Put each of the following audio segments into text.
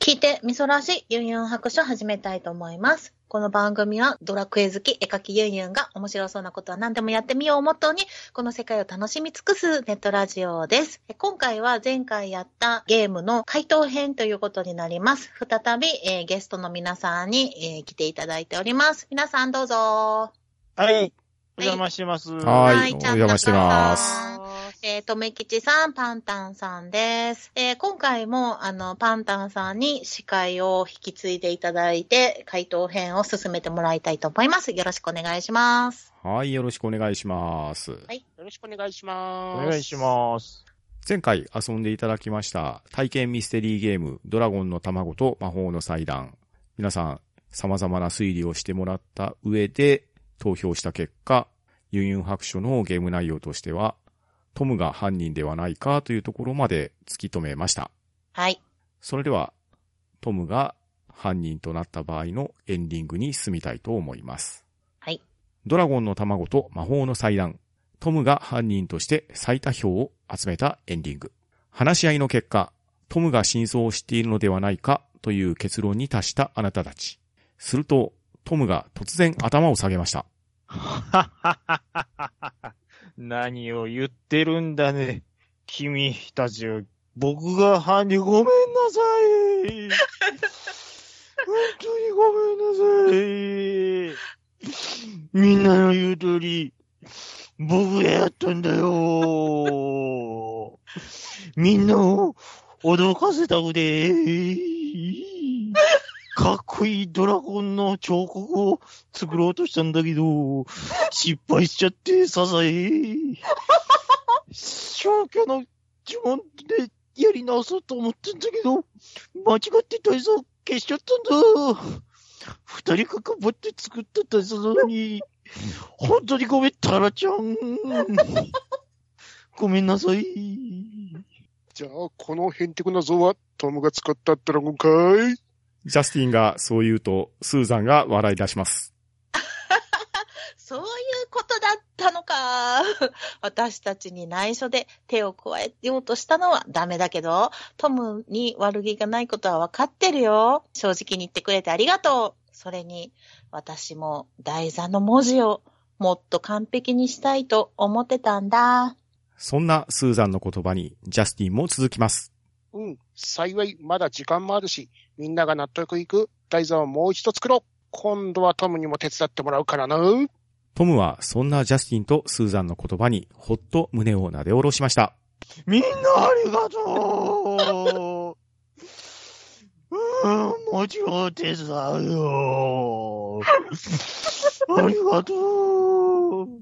聞いてみそらしユンユン白書始めたいと思います。この番組はドラクエ好き絵描きユンユンが面白そうなことは何でもやってみようをモットーにこの世界を楽しみ尽くすネットラジオです。今回は前回やったゲームの回答編ということになります。再び、ゲストの皆さんに、来ていただいております。皆さんどうぞ。 はい。お邪魔してます。 はい。お邪魔してます。 とめきちさん、パンタンさんです。今回も、パンタンさんに司会を引き継いでいただいて、回答編を進めてもらいたいと思います。よろしくお願いします。 はい、よろしくお願いします。 はい、よろしくお願いします。 お願いします。 前回遊んでいただきました体験ミステリーゲーム、ドラゴンの卵と魔法の祭壇。皆さん、様々な推理をしてもらった上で投票した結果、ユンユン白書のゲーム内容としては、トムが犯人ではないかというところまで突き止めました。 はい。 それでは、トムが犯人となった場合のエンディングに進みたいと思います。 はい。 ドラゴンの卵と魔法の祭壇。トムが犯人として最多票を集めたエンディング。話し合いの結果、トムが真相を知っているのではないかという結論に達したあなたたち。すると、トムが突然頭を下げました。 何を言ってるんだね。君たち、僕が犯人ごめんなさい。本当にごめんなさい。みんなの言う通り、僕がやったんだよ。みんなを驚かせたくて、かっこいいドラゴンの彫刻を作ろうとしたんだけど、失敗しちゃってささ消去の呪文でやり直そうと思ってんだけど、間違って大佐を消しちゃったんだ。二人関わって作った大佐なのに、本当にごめん、タラちゃん。ごめんなさい。 じゃあ、このヘンテコな像はトムが使ったドラゴンかい？ ジャスティンがそう言うと、スーザンが笑い出します。 そういうことだったのか。私たちに内緒で手を加えようとしたのはダメだけど、トムに悪気がないことは分かってるよ。正直に言ってくれてありがとう。それに、私も台座の文字をもっと完璧にしたいと思ってたんだ。 そんなスーザンの言葉にジャスティンも続きます。 幸いまだ時間もあるし、みんなが納得いく台座をもう一度作ろう。今度はトムにも手伝ってもらうからな。 トムはそんなジャスティンとスーザンの言葉にほっと胸をなで下ろしました。 みんなありがとう。もちろん手伝うよ。ありがとう。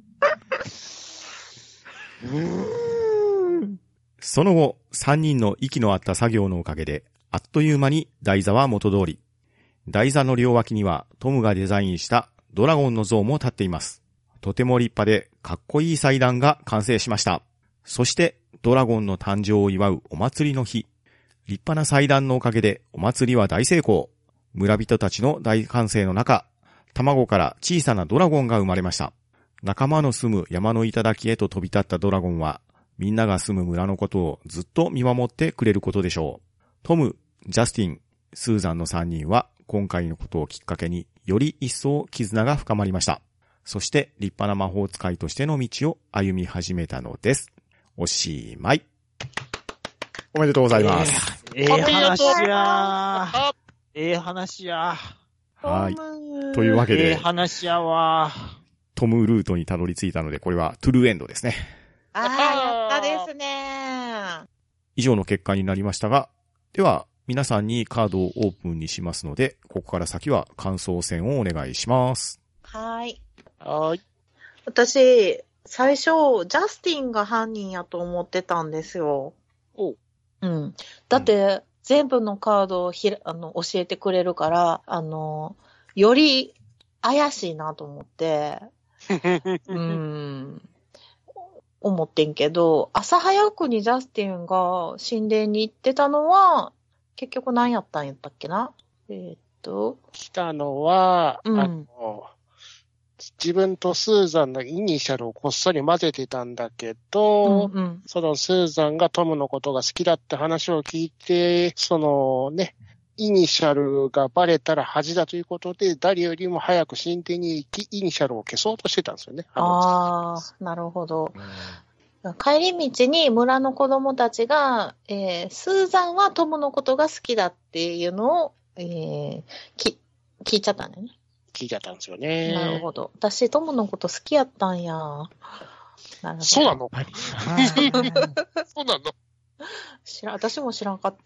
その後、3人の息の合った作業のおかげで、あっという間に台座は元通り。台座の両脇にはトムがデザインしたドラゴンの像も立っています。とても立派でかっこいい祭壇が完成しました。そしてドラゴンの誕生を祝うお祭りの日。立派な祭壇のおかげでお祭りは大成功。村人たちの大歓声の中、卵から小さなドラゴンが生まれました。仲間の住む山の頂へと飛び立ったドラゴンは、みんなが住む村のことをずっと見守ってくれることでしょう。トム、ジャスティン、スーザンの3人は今回のことをきっかけにより一層絆が深まりました。そして立派な魔法使いとしての道を歩み始めたのです。おしまい。おめでとうございます。 話や。話や。 はい。というわけで、 話やわ。 トムルートにたどり着いたので、これはトゥルーエンドですね。 やったですね。 以上の結果になりましたが、では皆さんにカードをオープンにしますので、ここから先は感想戦をお願いします。 はい。 私、 最初、ジャスティンが犯人やと思ってたんですよ。だって、全部のカードを教えてくれるから、より怪しいなと思って、思ってんけど、朝早くにジャスティンが神殿に行ってたのは、結局何やったんやったっけな？来たのは、自分とスーザンのイニシャルをこっそり混ぜてたんだけど、そのスーザンがトムのことが好きだって話を聞いて、そのね、 イニシャルがバレたら恥だということで、誰よりも早く神殿に行き、イニシャルを消そうとしてたんですよね。 ああ、なるほど。帰り道に村の子供たちが、スーザンはトムのことが好きだっていうのを、聞いちゃったんだよね。 聞いちゃったんですよね。 なるほど。私、トムのこと好きやったんや。なるほど。 そうなのそうなの私も知らんかった。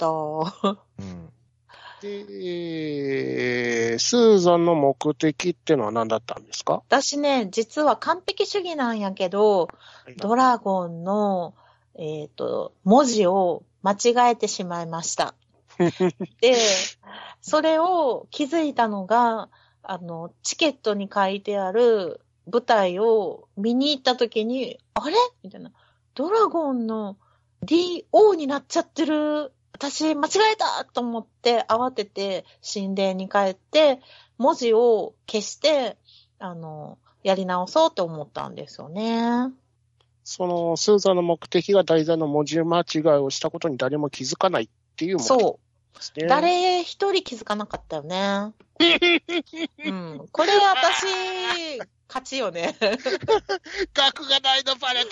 で、スーザンの目的ってのは何だったんですか？ 私ね、実は完璧主義なんやけど、ドラゴンの、文字を間違えてしまいました。で、それを気づいたのが、チケットに書いてある舞台を見に行った時に、あれみたいな。ドラゴンの DO になっちゃってる。私間違えたと思って慌てて神殿に帰って文字を消してやり直そうと思ったんですよね。 そのスーザンの目的が台座の文字間違いをしたことに誰も気づかないっていう目的ですね。 誰一人気づかなかったよね。うん、これ私勝ちよね。 額がないのバレた。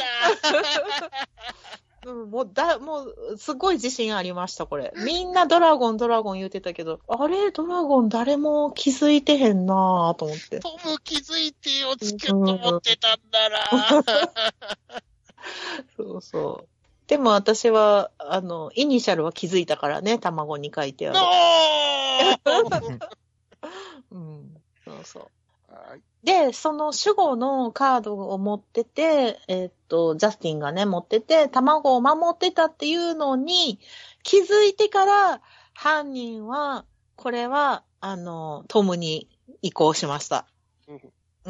もう、すごい自信ありました、これ。みんなドラゴン言うてたけど、あれドラゴン誰も気づいてへんなぁと思って。 トム気づいてよ、チケット持ってたんだな。 そうそう。でも私は、イニシャルは気づいたからね、卵に書いてある。うん、そうそう。で、その守護のカードを持ってて、ジャスティンがね、持ってて、卵を守ってたっていうのに、気づいてから、犯人は、これは、トムに移行しました。うん。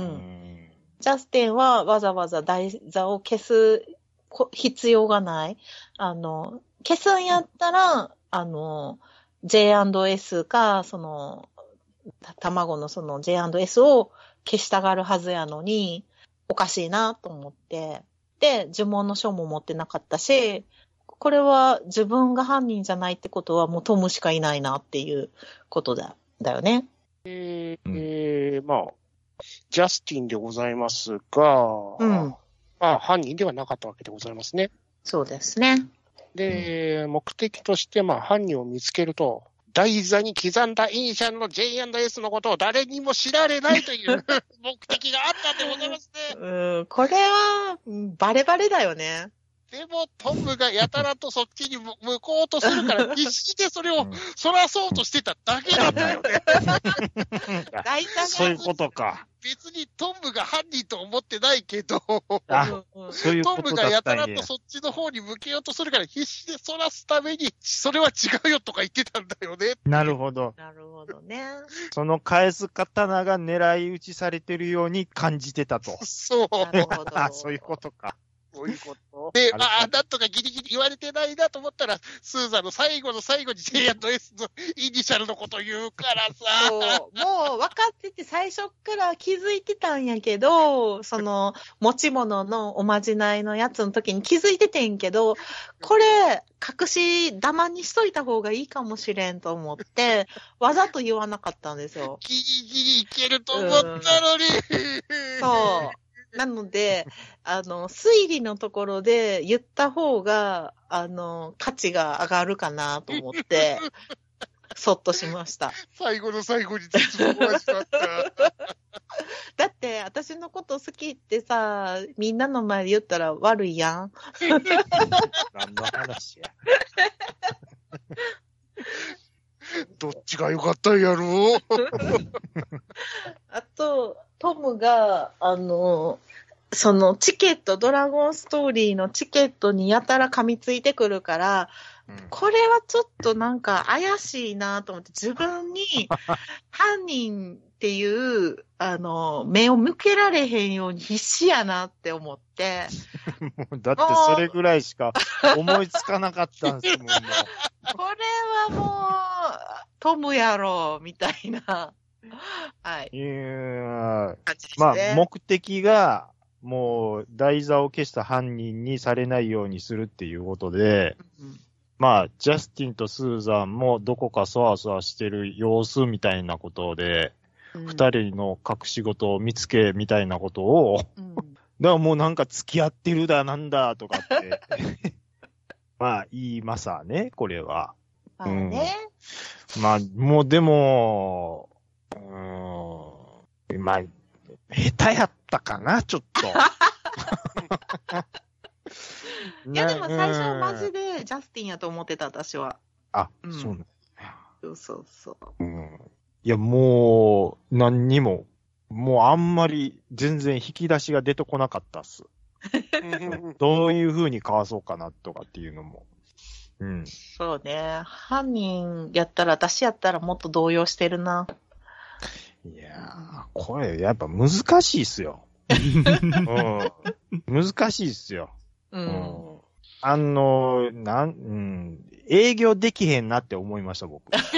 ジャスティンはわざわざ台座を消す必要がない。消すんやったら、J&S か、卵のその J&S を消したがるはずやのに、おかしいなと思って。で、呪文の書も持ってなかったし、これは自分が犯人じゃないってことはもうトムしかいないなっていうことだよね。 まあ、ジャスティンでございますが、犯人ではなかったわけでございますね。 そうですね。 で、目的として、犯人を見つけると、台座に刻んだイニシャルの J&S のことを誰にも知られないという目的があったんでございますね。 これは、バレバレだよね。 でも、トムがやたらとそっちに向こうとするから、必死でそれをそらそうとしてただけなんだよね。 そういうことか。 別にトムが犯人と思ってないけど、 そういうことだったんや。 トムがやたらとそっちの方に向けようとするから、必死でそらすために、それは違うよとか言ってたんだよね。 なるほど。 なるほどね。 その返す刀が狙い撃ちされてるように感じてたと。 そう。 なるほど。 そういうことか。 そういうこと。で、なんとかギリギリ言われてないなと思ったら、スーザンの最後の最後に J&S のイニシャルのこと言うからさ。 そう。もう分かってて最初から気づいてたんやけど、その持ち物のおまじないのやつの時に気づいててんけど、これ隠し玉にしといた方がいいかもしれんと思って、わざと言わなかったんですよ。 ギリギリいけると思ったのに。 そう。なので、推理のところで言った方が、価値が上がるかなと思って、そっとしました。 最後の最後に絶望はしまった。 だって、私のこと好きってさ、みんなの前で言ったら悪いやん。 何の話や。 どっちが良かったんやろう。 あと、トムが、そのチケット、ドラゴンストーリーのチケットにやたら噛みついてくるから、これはちょっとなんか怪しいなと思って、自分に犯人っていう目を向けられへんように必死やなって思って。 もうだってそれぐらいしか思いつかなかったんですもんね。 これはもうトムやろみたいな。はい。 まあ目的がもう台座を消した犯人にされないようにするっていうことで、 まあ、ジャスティンとスーザンもどこかそわそわしてる様子みたいなことで、二人の隠し事を見つけみたいなことを、だからもうなんか付き合ってるだなんだとかって、まあ言いますわね、これは。 まあね。 まあ、もうでも、まあ、下手やったかな、ちょっと。 いやでも最初はマジでジャスティンやと思ってた、私は。 あ、そうね。 そうそう。 いや、もう、何にも、もうあんまり全然引き出しが出てこなかったっす。どういう風にかわそうかなとかっていうのも。 そうね。犯人やったら、私やったらもっと動揺してるな。 いやー、これやっぱ難しいっすよ。難しいっすよ。営業できへんなって思いました、僕。い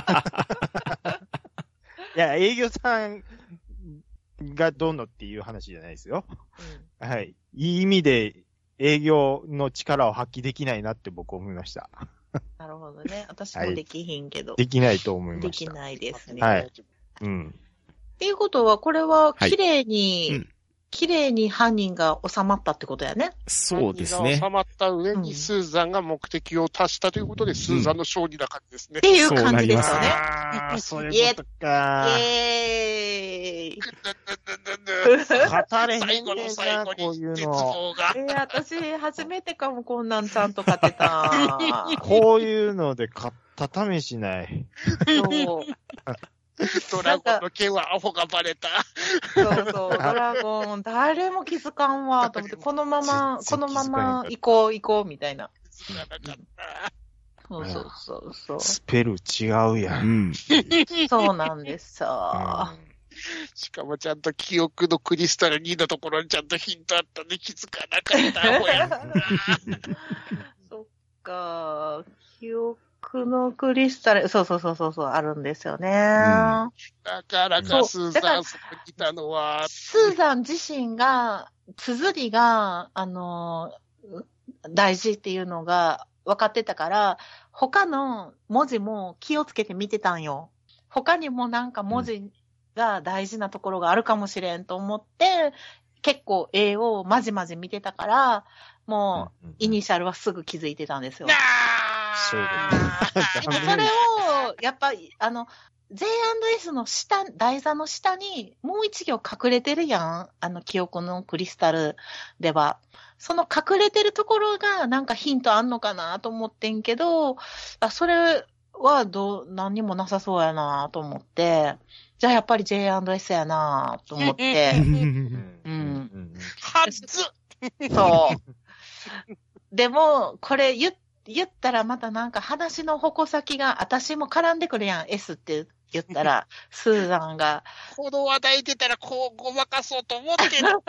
や、営業さんがどうのっていう話じゃないですよ。はい。いい意味で営業の力を発揮できないなって僕思いました。 なるほどね。私もできひんけど。 できないと思いました。 できないですね。 はい。 っていうことは、これは綺麗に犯人が収まったってことやね。 そうですね。 収まった上にスーザンが目的を達したということで、スーザンの勝利な感じですね。 っていう感じですよね。 そういうことか。 イエーイ。 語れへんねんな、こういうの。 私、初めてかも、こんなんちゃんと勝てた。 こういうので勝った試しない。 そう。 ドラゴンの剣はアホがバレた。 そうそう、ドラゴン、誰も気づかんわ、と思って、このまま行こう、みたいな。そう。 スペル違うやん。 そうなんですよ。 しかもちゃんと記憶のクリスタル2のところにちゃんとヒントあったんで気づかなかったアホや。 そっか、記憶のクリスタル、そう、あるんですよね。だからかスーザンそこにいたのは。 スーザン自身が、綴りが、大事っていうのが分かってたから、他の文字も気をつけて見てたんよ。他にもなんか文字が大事なところがあるかもしれんと思って、結構絵をまじまじ見てたから、もう、イニシャルはすぐ気づいてたんですよ。 そうでもそれを、やっぱり、J&S の下、台座の下にもう一行隠れてるやん。記憶のクリスタルでは。その隠れてるところがなんかヒントあんのかなと思ってんけど、それは何にもなさそうやなと思って、じゃあやっぱり J&S やなと思って。 はずそう。でも、これ言ったらまたなんか話の矛先が私も絡んでくるやん、S って言ったら、スーザンが。 この話題出たらこうごまかそうと思ってる。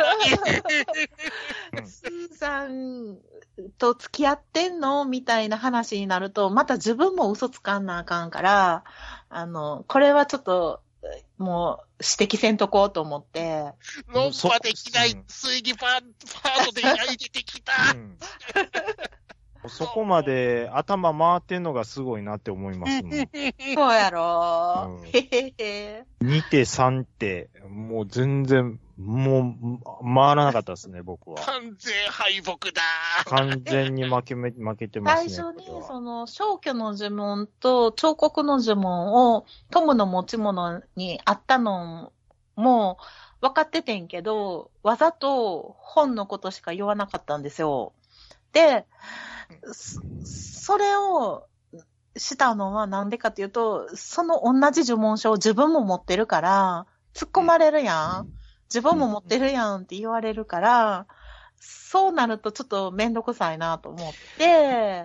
スーザンと付き合ってんのみたいな話になると、また自分も嘘つかんなあかんから、これはちょっと、もう指摘せんとこうと思って。 論破できない推理パートで焼いてきた。 そこまで頭回ってんのがすごいなって思いますもん。 そうやろ。へへへ。 2手3手、もう全然、もう回らなかったですね、僕は。 完全敗北だ。 完全に負けてますね。 最初に、消去の呪文と彫刻の呪文をトムの持ち物にあったのも分かっててんけど、わざと本のことしか言わなかったんですよ。で、それをしたのはなんでかっていうと、その同じ呪文書を自分も持ってるから、突っ込まれるやん。自分も持ってるやんって言われるから、そうなるとちょっとめんどくさいなと思って。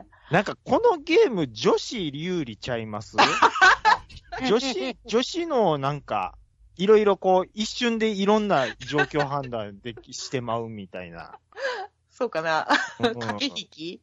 なんかこのゲーム女子有利ちゃいます女子のなんか、いろいろこう一瞬でいろんな状況判断でしてまうみたいな。 そうかな。駆け引き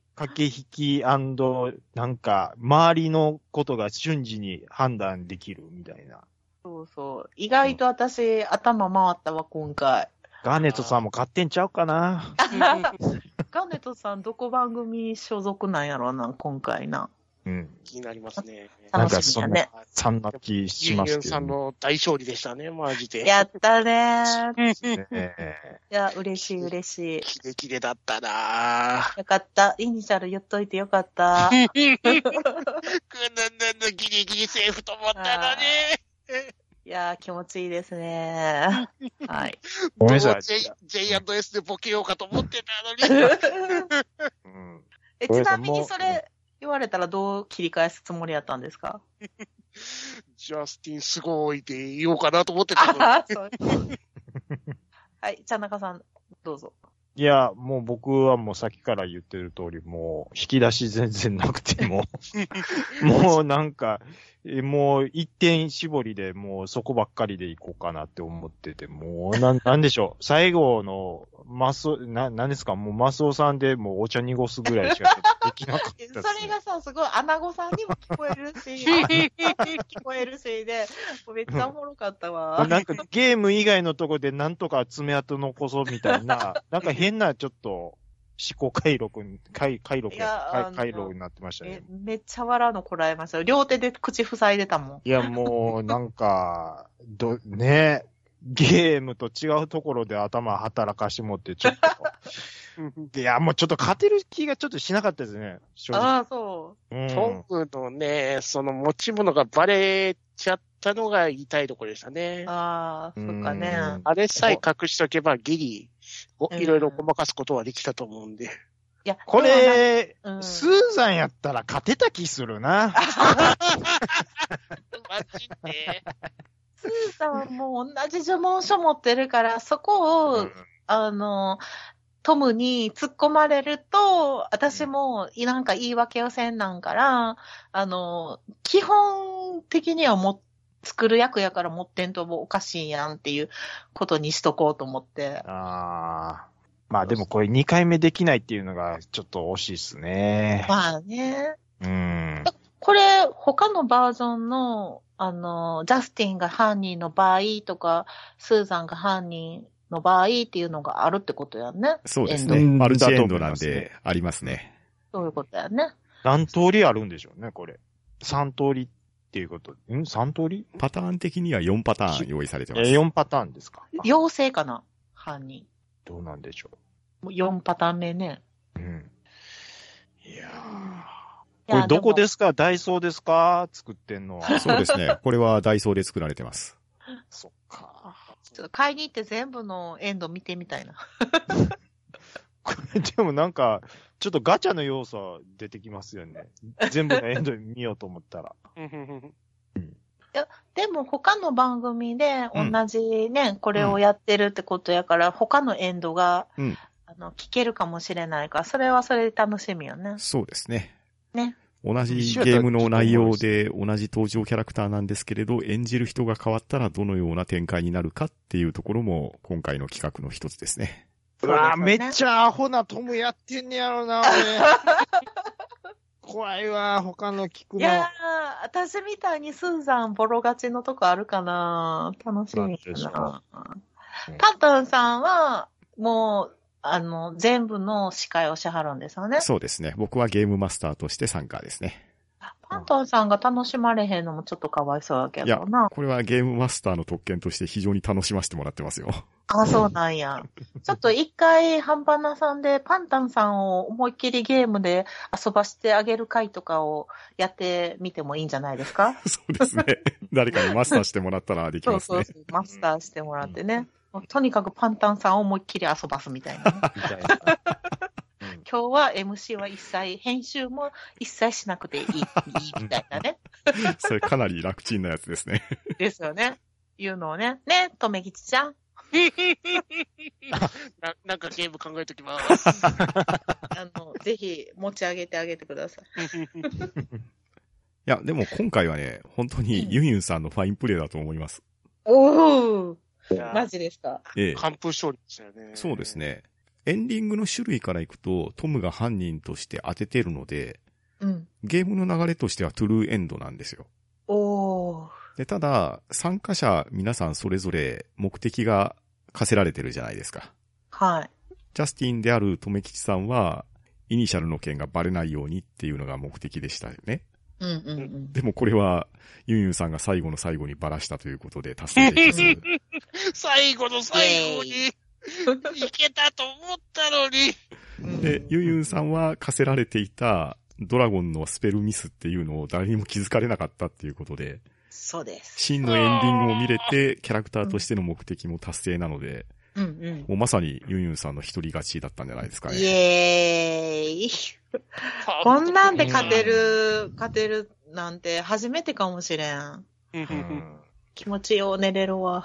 なんか、周りのことが瞬時に判断できるみたいな。 そうそう。意外と私、頭回ったわ、今回。 ガーネットさんも買ってんちゃうかな。 ガネトさん、どこ番組所属なんやろな、今回な。 うん。 気になりますね。 楽しみやね。 そんな気しますけど、ね。 ユンユンさんの大勝利でしたね、マジで。 やったねー。 ねいや、嬉しい嬉しい。 キレキレだったなぁ。 よかった。イニシャル言っといてよかった。 ギリギリセーフと思ったのに。 いやー、気持ちいいですね。はい。 ごめんなさい。 J&S でボケようかと思ってたのに。 うん、 ちなみにそれ言われたらどう切り返すつもりやったんですか？ ジャスティンすごいで言おうかなと思ってたのに。 はい、ちゃんなかさん、どうぞ。 いや、もう僕はもうさっきから言ってる通り、もう引き出し全然なくても、もうなんか、もう一点絞りでもうそこばっかりでいこうかなって思ってて、もうなんでしょう。最後のなんですか、もうマスオさんでもうお茶濁すぐらいしかできなかったです、ね。 それがさ、すごい、アナゴさんにも聞こえるし、聞こえるしで、めっちゃおもろかったわ。 なんかゲーム以外のとこでなんとか爪痕残そうみたいな、なんか変なちょっと、思考回路になってましたね。 めっちゃ笑うのこらえましたよ。両手で口塞いでたもん。 いや、もう、なんか、ね、ゲームと違うところで頭働かしてもって、ちょっと。いや、もうちょっと勝てる気がちょっとしなかったですね。正直。 ああ、そう。 トムのね、その持ち物がバレちゃったのが痛いところでしたね。 ああ、そっかね。 あれさえ隠しとけばギリ、いろいろごまかすことはできたと思うんで。 いや、 これ、スーザンやったら勝てた気するな。マジで。 スーザンはもう同じ呪文書持ってるから、そこを、トムに突っ込まれると、私もなんか言い訳をせんなんから、基本的には作る役やから持ってんともおかしいやんっていうことにしとこうと思って。 ああ。まあでもこれ2回目できないっていうのがちょっと惜しいっすね。 まあね。これ、他のバージョンの、ジャスティンが犯人の場合とか、スーザンが犯人の場合っていうのがあるってことやね。 そうですね。マルチエンドなんでありますね。 そういうことやね。 何通りあるんでしょうね、これ。3通りっていうこと。3通り？ パターン的には4パターン用意されてます。 4パターンですか。 妖精かな犯人。 どうなんでしょう。4パターン目ね。 いやー。これどこですか？ダイソーですか？作ってんのは。 そうですね。これはダイソーで作られてます。 そっか。 ちょっと買いに行って全部のエンド見てみたいな。 これでもなんか、ちょっとガチャの要素出てきますよね。全部のエンド見ようと思ったら。 いや、でも他の番組で同じね、これをやってるってことやから、他のエンドが、聞けるかもしれないから、それはそれで楽しみよね。 そうですね。 ね。 同じゲームの内容で同じ登場キャラクターなんですけれど、演じる人が変わったらどのような展開になるかっていうところも今回の企画の一つですね。 うわぁ、めっちゃアホなトムやってんねやろな、俺。怖いわ、他の聞くの。 いやー、私みたいにスーザンボロ勝ちのとこあるかな？楽しみかな。パンタンさんは、もう、全部の司会をしはるんですよね。 そうですね。僕はゲームマスターとして参加ですね。 パンタンさんが楽しまれへんのもちょっとかわいそうだけどな。 いや、これはゲームマスターの特権として非常に楽しませてもらってますよ。 あ、そうなんや。ちょっと一回、ハンバナさんでパンタンさんを思いっきりゲームで遊ばしてあげる回とかをやってみてもいいんじゃないですか？ そうですね。誰かにマスターしてもらったらできますね。 そう、マスターしてもらってね。とにかくパンタンさんを思いっきり遊ばすみたいな、ね。今日は MC は一切、編集も一切しなくていいみたいなね。 それかなり楽ちんなやつですね。 ですよね。いうのをね。ね、とめぎちちゃん。 なんかゲーム考えときます。 ぜひ持ち上げてあげてください。 いや、でも今回はね、本当にユンユンさんのファインプレーだと思います。 おー。マジですか？ ええ。 完封勝利でしたよね。 そうですね。エンディングの種類からいくと、トムが犯人として当ててるので、ゲームの流れとしてはトゥルーエンドなんですよ。 おー。 で、ただ、参加者皆さんそれぞれ目的が課せられてるじゃないですか。 はい。 ジャスティンである留吉さんは、イニシャルの件がバレないようにっていうのが目的でしたよね。でもこれは、ユンユンさんが最後の最後にバラしたということで達成できず。 最後の最後に、いけたと思ったのに。 で、ユンユンさんは課せられていたドラゴンのスペルミスっていうのを誰にも気づかれなかったっていうことで。 そうです。 真のエンディングを見れて、キャラクターとしての目的も達成なので、もうまさにユンユンさんの一人勝ちだったんじゃないですかね。 イエーイ。こんなんで勝てるなんて初めてかもしれん。気持ちよう寝れるわ。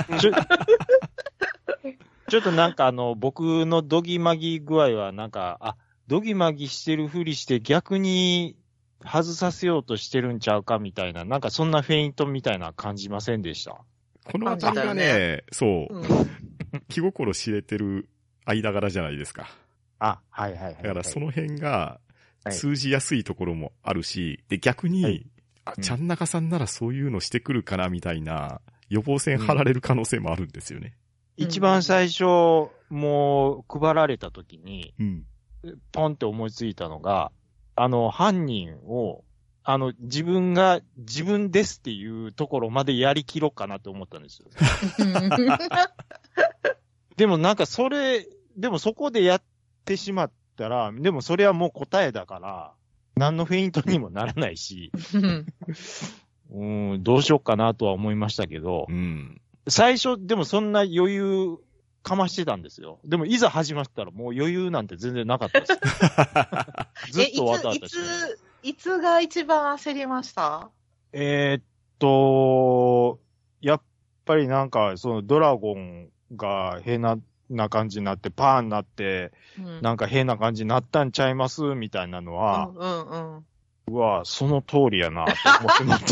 ちょっとなんか僕のドギマギ具合はなんか、ドギマギしてるふりして逆に外させようとしてるんちゃうかみたいな、なんかそんなフェイントみたいな感じませんでした。 このあたりがね、そう、気心知れてる間柄じゃないですか。 はいはいはい。 だからその辺が通じやすいところもあるし、で逆に、ちゃんなかさんならそういうのしてくるかなみたいな予防線張られる可能性もあるんですよね。 一番最初、もう配られた時に、ポンって思いついたのが、犯人を、自分が自分ですっていうところまでやりきろうかなと思ったんですよ。でもなんかでもそこでやってしまったら、でもそれはもう答えだから、何のフェイントにもならないし、どうしようかなとは思いましたけど、最初、でもそんな余裕かましてたんですよ。でもいざ始まったらもう余裕なんて全然なかったです。ずっとわたわたして。 いつが一番焦りました？ やっぱりなんか、そのドラゴンが変な感じになって、パーになって、なんか変な感じになったんちゃいますみたいなのは、うわ、その通りやな、と思ってまって。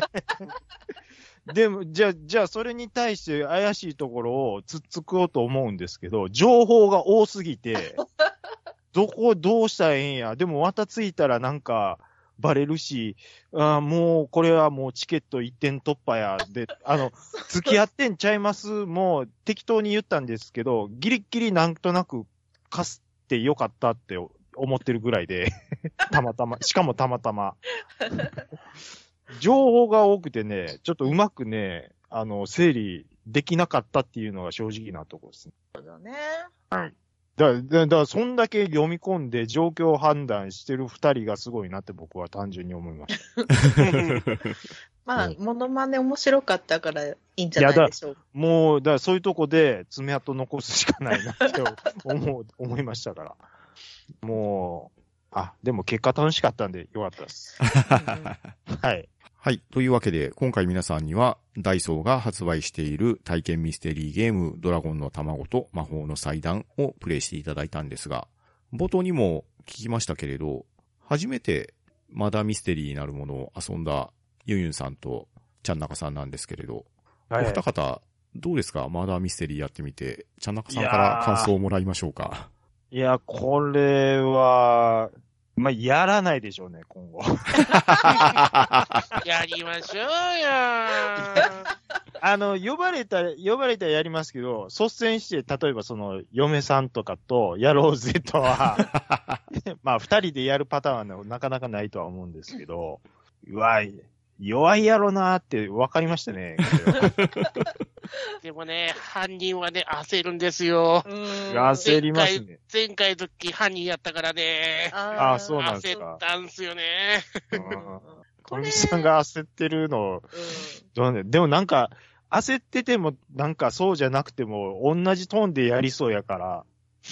でも、じゃあ、それに対して怪しいところをつっつこうと思うんですけど、情報が多すぎて、どうしたらええんや。でも、またついたらなんか、バレるし、もう、これはもうチケット一点突破や。で、付き合ってんちゃいますもう、適当に言ったんですけど、ギリギリなんとなく貸してよかったって思ってるぐらいで、しかもたまたま。情報が多くてね、ちょっとうまくね、整理できなかったっていうのが正直なところですね。 そうだね。 はい。だからそんだけ読み込んで状況判断してる二人がすごいなって僕は単純に思いました。 まあ、モノマネ面白かったからいいんじゃないでしょうか。 もう、そういうとこで爪痕残すしかないなって思いましたから。もう、でも結果楽しかったんでよかったです。はい。 はい。というわけで、今回皆さんには、ダイソーが発売している体験ミステリーゲーム、ドラゴンの卵と魔法の祭壇をプレイしていただいたんですが、冒頭にも聞きましたけれど、初めてマダーミステリーになるものを遊んだユンユンさんとちゃんなかさんなんですけれど、お二方、どうですか？マダーミステリーやってみて、ちゃんなかさんから感想をもらいましょうか。 いや、これは、やらないでしょうね、今後。 やりましょうよ。 呼ばれたらやりますけど、率先して、例えばその、嫁さんとかとやろうぜとは、二人でやるパターンは、ね、なかなかないとは思うんですけど、弱いやろなーって分かりましたね。 でもね、犯人はね、焦るんですよ。 焦りますね。 前回の時犯人やったからね。 そうなんですか。 焦ったんすよね。 小西さんが焦ってるの、でもなんか、焦ってても、なんかそうじゃなくても、同じトーンでやりそうやから、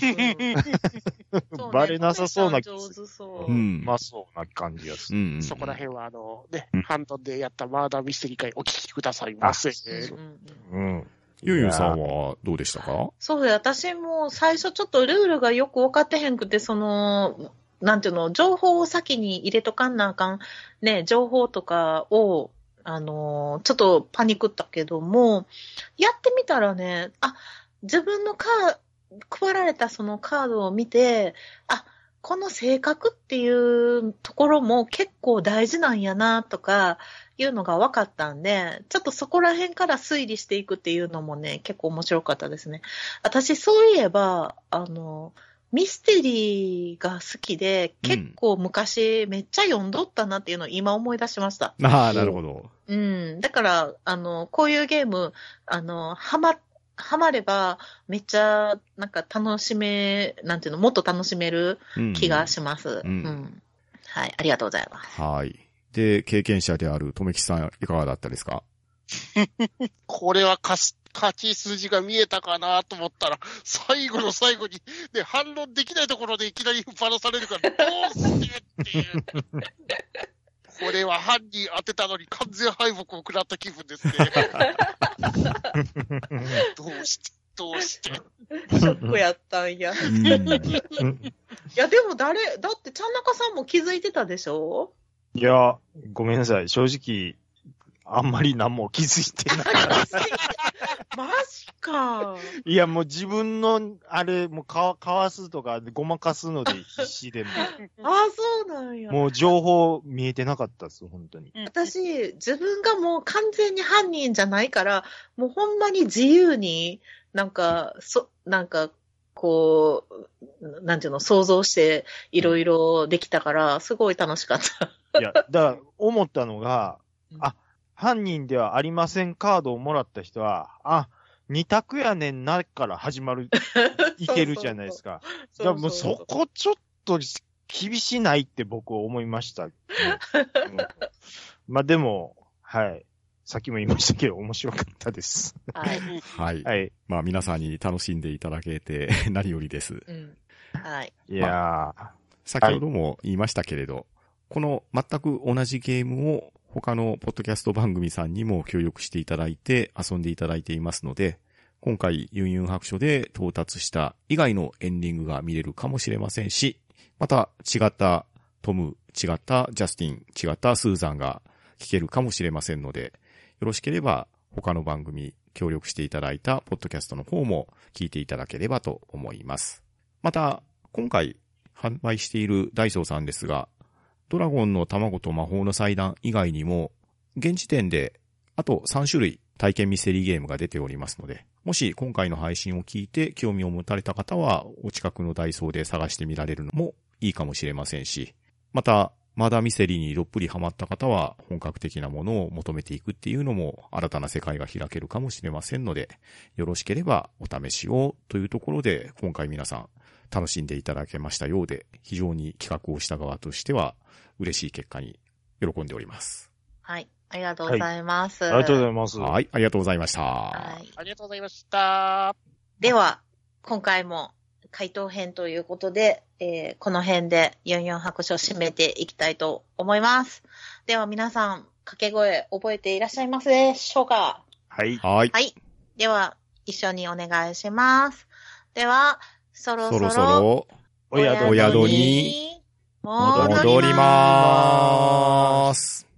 バレなさそうな、そうな感じがする。 そこら辺はハンドンでやったマーダーミステリー会お聞きくださいませ。 ゆうゆうさんはどうでしたか？ そうで、私も最初ちょっとルールがよく分かってへんくて、なんていうの、情報を先に入れとかんなあかん、ね、情報とかを、ちょっとパニックったけども、やってみたらね、自分の配られたそのカードを見て、 この性格っていうところも結構大事なんやなとかいうのが分かったんで、ちょっとそこら辺から推理していくっていうのもね、結構面白かったですね。私そういえば、ミステリーが好きで、結構昔めっちゃ読んどったなっていうのを今思い出しました。 ああ、なるほど。 うん。だから、こういうゲーム、ハマれば、めっちゃ、なんかなんていうの、もっと楽しめる気がします。はい、ありがとうございます。 はい。で、経験者であるとめきさん、いかがだったですか？ これは勝ち筋が見えたかなと思ったら、最後の最後に、ね、反論できないところでいきなりバラされるから、どうしてっていう。これは犯人当てたのに完全敗北を食らった気分ですね。どうして。 ショックやったんや。いや、でもだってちゃんなかさんも気づいてたでしょ？ いや、ごめんなさい。正直、あんまり何も気づいてない。 マジか。 いや、もう自分の、あれ、もうかわすとか、ごまかすので必死でも。 そうなんや。 もう情報見えてなかったです、本当に。 私、自分がもう完全に犯人じゃないから、もうほんまに自由に、なんか、こう、なんていうの、想像していろいろできたから、すごい楽しかった。 いや、だから思ったのが、犯人ではありませんカードをもらった人は、二択やねんなから始まる、いけるじゃないですか。だからもうそこちょっと厳しないって僕は思いました。まあでも、はい。さっきも言いましたけど、面白かったです。 はい。 はい。はい。まあ皆さんに楽しんでいただけて何よりです。 はい。 いやー、 先ほども言いましたけれど、この全く同じゲームを他のポッドキャスト番組さんにも協力していただいて遊んでいただいていますので、今回ユンユン白書で到達した以外のエンディングが見れるかもしれませんし、また違ったトム、違ったジャスティン、違ったスーザンが聞けるかもしれませんので、よろしければ他の番組協力していただいたポッドキャストの方も聞いていただければと思います。また今回販売しているダイソーさんですが、ドラゴンの卵と魔法の祭壇以外にも、現時点であと3種類体験ミステリーゲームが出ておりますので、もし今回の配信を聞いて興味を持たれた方は、お近くのダイソーで探してみられるのもいいかもしれませんし、また、まだミステリーにどっぷりハマった方は、本格的なものを求めていくっていうのも、新たな世界が開けるかもしれませんので、よろしければお試しをというところで、今回皆さん楽しんでいただけましたようで、非常に企画をした側としては、嬉しい結果に喜んでおります。 はい。ありがとうございます。 ありがとうございます。 はい。ありがとうございました。 はい。 ありがとうございました。 では、今回も回答編ということで、この辺で44白書を締めていきたいと思います。では皆さん、掛け声覚えていらっしゃいますでしょうか？ はい。 はい。 はい。では、一緒にお願いします。では、そろそろお宿に戻ります。